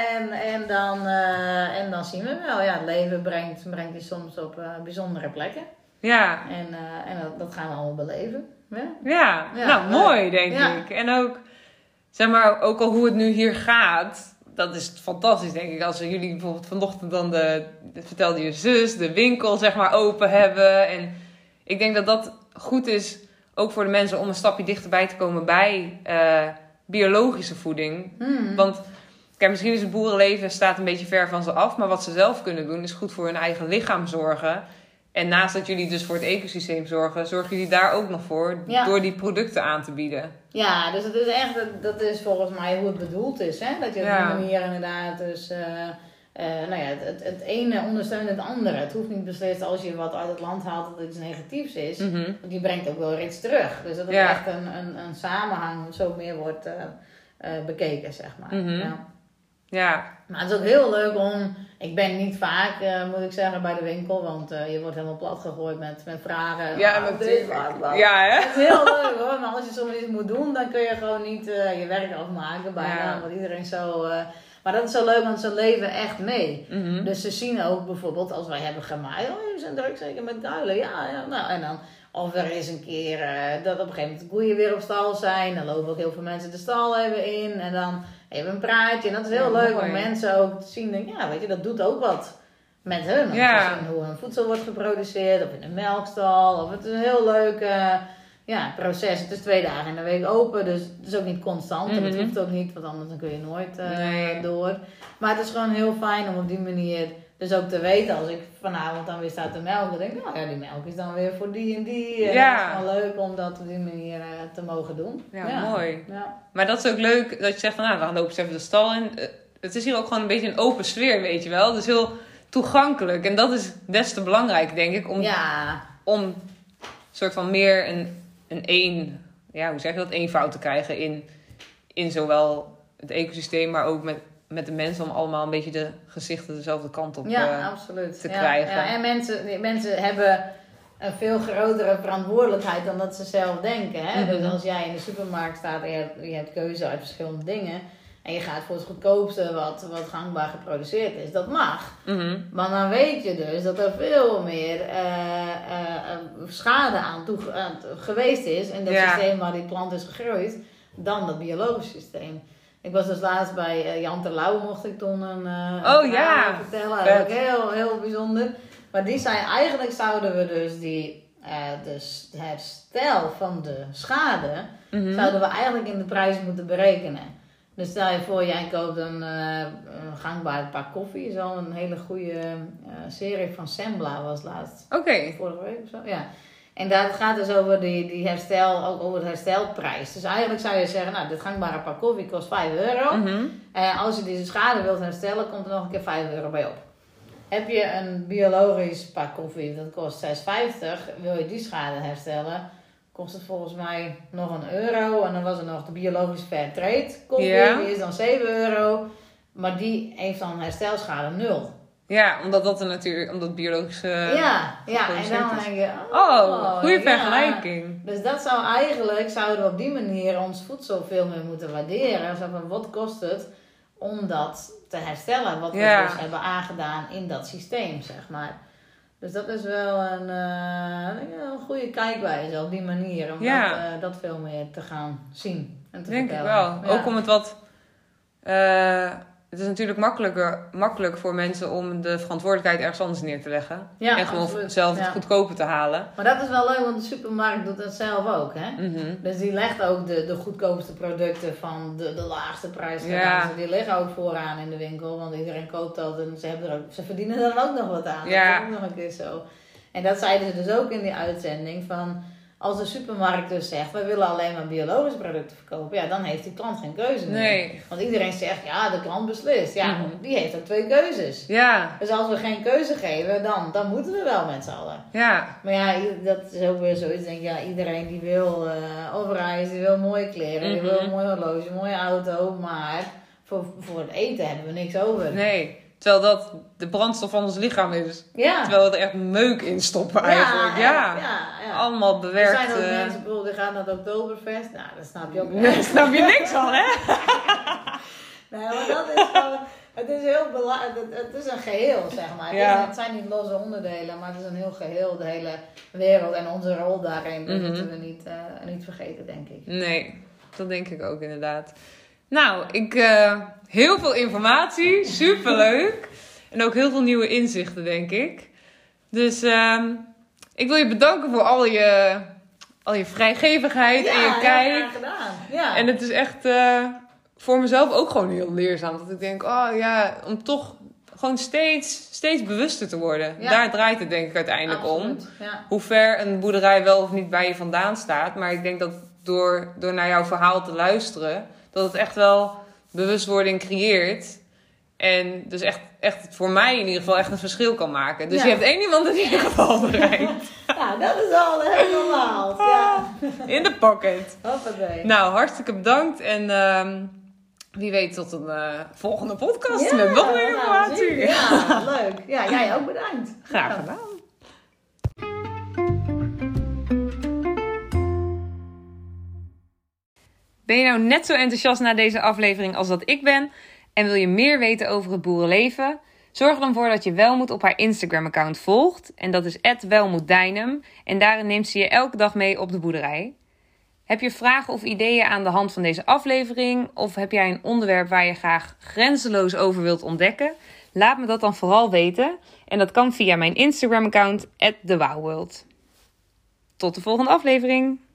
Ja. En dan zien we wel. Ja, het leven brengt je soms op bijzondere plekken. Ja. En dat gaan we allemaal beleven. Ja. Nou mooi denk ik. En ook, zeg maar, ook al hoe het nu hier gaat... Dat is fantastisch, denk ik. Als jullie bijvoorbeeld vanochtend dan vertelde je zus, de winkel zeg maar open hebben. En ik denk dat dat goed is, ook voor de mensen, om een stapje dichterbij te komen bij biologische voeding. Want kijk, misschien is het boerenleven staat een beetje ver van ze af. Maar wat ze zelf kunnen doen, is goed voor hun eigen lichaam zorgen. En naast dat jullie dus voor het ecosysteem zorgen jullie daar ook nog voor door die producten aan te bieden. Ja, dus het is echt, dat is volgens mij hoe het bedoeld is. Hè? Dat je op die manier inderdaad dus, het ene ondersteunt het andere. Het hoeft niet beslist als je wat uit het land haalt dat het iets negatiefs is. Want die brengt ook wel weer iets terug. Dus dat het echt een samenhang zo meer wordt bekeken, zeg maar. Ja. Maar het is ook heel leuk om... Ik ben niet vaak, moet ik zeggen, bij de winkel. Want je wordt helemaal plat gegooid met vragen. Ja, natuurlijk. Ja, hè? Het is heel leuk hoor. Maar als je soms iets moet doen, dan kun je gewoon niet je werk afmaken bijna. Ja. Want iedereen zo... maar dat is zo leuk, want ze leven echt mee. Dus ze zien ook bijvoorbeeld, als wij hebben gemaaid... je zijn druk zeker met kuilen. Ja. Nou, en dan... Of er is een keer dat op een gegeven moment de koeien weer op stal zijn. Dan lopen ook heel veel mensen de stal even in. En dan even een praatje. En dat is heel leuk om mensen ook te zien. Denk, weet je, dat doet ook wat met hun. Om te zien hoe hun voedsel wordt geproduceerd. Of in een melkstal. Of het is een heel leuk proces. Het is 2 dagen in de week open. Dus het is ook niet constant. En het hoeft ook niet. Want anders dan kun je nooit door. Maar het is gewoon heel fijn om op die manier... Dus ook te weten, als ik vanavond dan weer sta te melken, denk ik, die melk is dan weer voor die en die. En dat is wel leuk om dat op die manier te mogen doen. Ja, mooi. Ja. Maar dat is ook leuk dat je zegt van, we gaan lopen eens even de stal in. Het is hier ook gewoon een beetje een open sfeer, weet je wel. Dus heel toegankelijk. En dat is des te belangrijk, denk ik, om soort van meer een hoe zeg je dat, eenvoud te krijgen in zowel het ecosysteem, maar ook met de mensen, om allemaal een beetje de gezichten dezelfde kant op absoluut. te krijgen. Ja. En mensen hebben een veel grotere verantwoordelijkheid dan dat ze zelf denken. Hè? Mm-hmm. Dus als jij in de supermarkt staat en je hebt keuze uit verschillende dingen en je gaat voor het goedkoopste wat gangbaar geproduceerd is, dat mag. Mm-hmm. Maar dan weet je dus dat er veel meer schade aan geweest is in dat systeem waar die plant is gegroeid dan dat biologische systeem. Ik was dus laatst bij Jan Terlouw, mocht ik toen een verhaal vertellen. Dat is ook heel, heel bijzonder. Maar die zei, eigenlijk zouden we dus het herstel van de schade, zouden we eigenlijk in de prijs moeten berekenen. Dus stel je voor, jij koopt een gangbaar pak koffie. Zo een hele goede serie van Sembla was laatst. Oké. Vorige week of zo, ja. En dat gaat dus over die herstel, ook over de herstelprijs. Dus eigenlijk zou je zeggen, nou, dit gangbare pak koffie kost €5. Mm-hmm. Als je deze schade wilt herstellen, komt er nog een keer €5 bij op. Heb je een biologisch pak koffie, dat kost €6,50. Wil je die schade herstellen, kost het volgens mij nog €1. En dan was er nog de biologisch fair trade koffie, die is dan €7. Maar die heeft dan herstelschade 0. Ja, omdat biologische... Ja, en dan denk je... goede vergelijking. Dus zouden we op die manier ons voedsel veel meer moeten waarderen. Zo van, wat kost het om dat te herstellen? Wat we dus hebben aangedaan in dat systeem, zeg maar. Dus dat is wel een goede kijkwijze op die manier. Om dat veel meer te gaan zien en te denk vertellen. Ik wel. Ja. Ook om het wat... het is natuurlijk makkelijk voor mensen om de verantwoordelijkheid ergens anders neer te leggen. En gewoon zelf het goedkope te halen. Maar dat is wel leuk, want de supermarkt doet dat zelf ook. Hè? Mm-hmm. Dus die legt ook de goedkoopste producten van de laagste prijs. Ja. Die liggen ook vooraan in de winkel, want iedereen koopt dat en ze verdienen er ook nog wat aan. Ja. Dat is ook nog een keer zo. En dat zeiden ze dus ook in die uitzending van... Als de supermarkt dus zegt, we willen alleen maar biologische producten verkopen, dan heeft die klant geen keuze meer. Nee. Want iedereen zegt, de klant beslist. Ja, die heeft ook 2 keuzes. Ja. Dus als we geen keuze geven, dan moeten we wel met z'n allen. Ja. Maar dat is ook weer zoiets. Denk iedereen die wil op reis, die wil mooie kleren, die wil een mooi horloge, een mooie auto. Maar voor het eten hebben we niks over. Nee. Terwijl dat de brandstof van ons lichaam is. Ja. Terwijl we er echt meuk in stoppen eigenlijk. Ja. Allemaal bewerkt. Er zijn ook mensen bijvoorbeeld die gaan naar het Oktoberfest. Nou, dat snap je ook niet. Daar snap je niks van, hè? Nee, maar dat is gewoon... Het is heel belangrijk. Het is een geheel, zeg maar. Ja. Het zijn niet losse onderdelen, maar het is een heel geheel. De hele wereld en onze rol daarin. Dat moeten we niet vergeten, denk ik. Nee, dat denk ik ook inderdaad. Nou, heel veel informatie. Superleuk. En ook heel veel nieuwe inzichten, denk ik. Dus ik wil je bedanken voor al je vrijgevigheid en je kijk. Ja, graag gedaan. Ja. En het is echt voor mezelf ook gewoon heel leerzaam. Dat ik denk, om toch gewoon steeds bewuster te worden. Ja. Daar draait het denk ik uiteindelijk om. Ja. Hoe ver een boerderij wel of niet bij je vandaan staat. Maar ik denk dat door naar jouw verhaal te luisteren, dat het echt wel bewustwording creëert. En dus echt voor mij in ieder geval echt een verschil kan maken. Dus je hebt 1 iemand in ieder geval bereikt. Nou, dat is al helemaal. Ja. In de pocket. Hoppatee. Nou, hartstikke bedankt. En wie weet tot een volgende podcast met nog meer informatie. Ja, leuk. Ja, jij ook bedankt. Graag gedaan. Ben je nou net zo enthousiast na deze aflevering als dat ik ben? En wil je meer weten over het boerenleven? Zorg er dan voor dat je Welmoed op haar Instagram-account volgt. En dat is @welmoeddeinum. En daarin neemt ze je elke dag mee op de boerderij. Heb je vragen of ideeën aan de hand van deze aflevering? Of heb jij een onderwerp waar je graag grenzeloos over wilt ontdekken? Laat me dat dan vooral weten. En dat kan via mijn Instagram-account @thewowworld. Tot de volgende aflevering.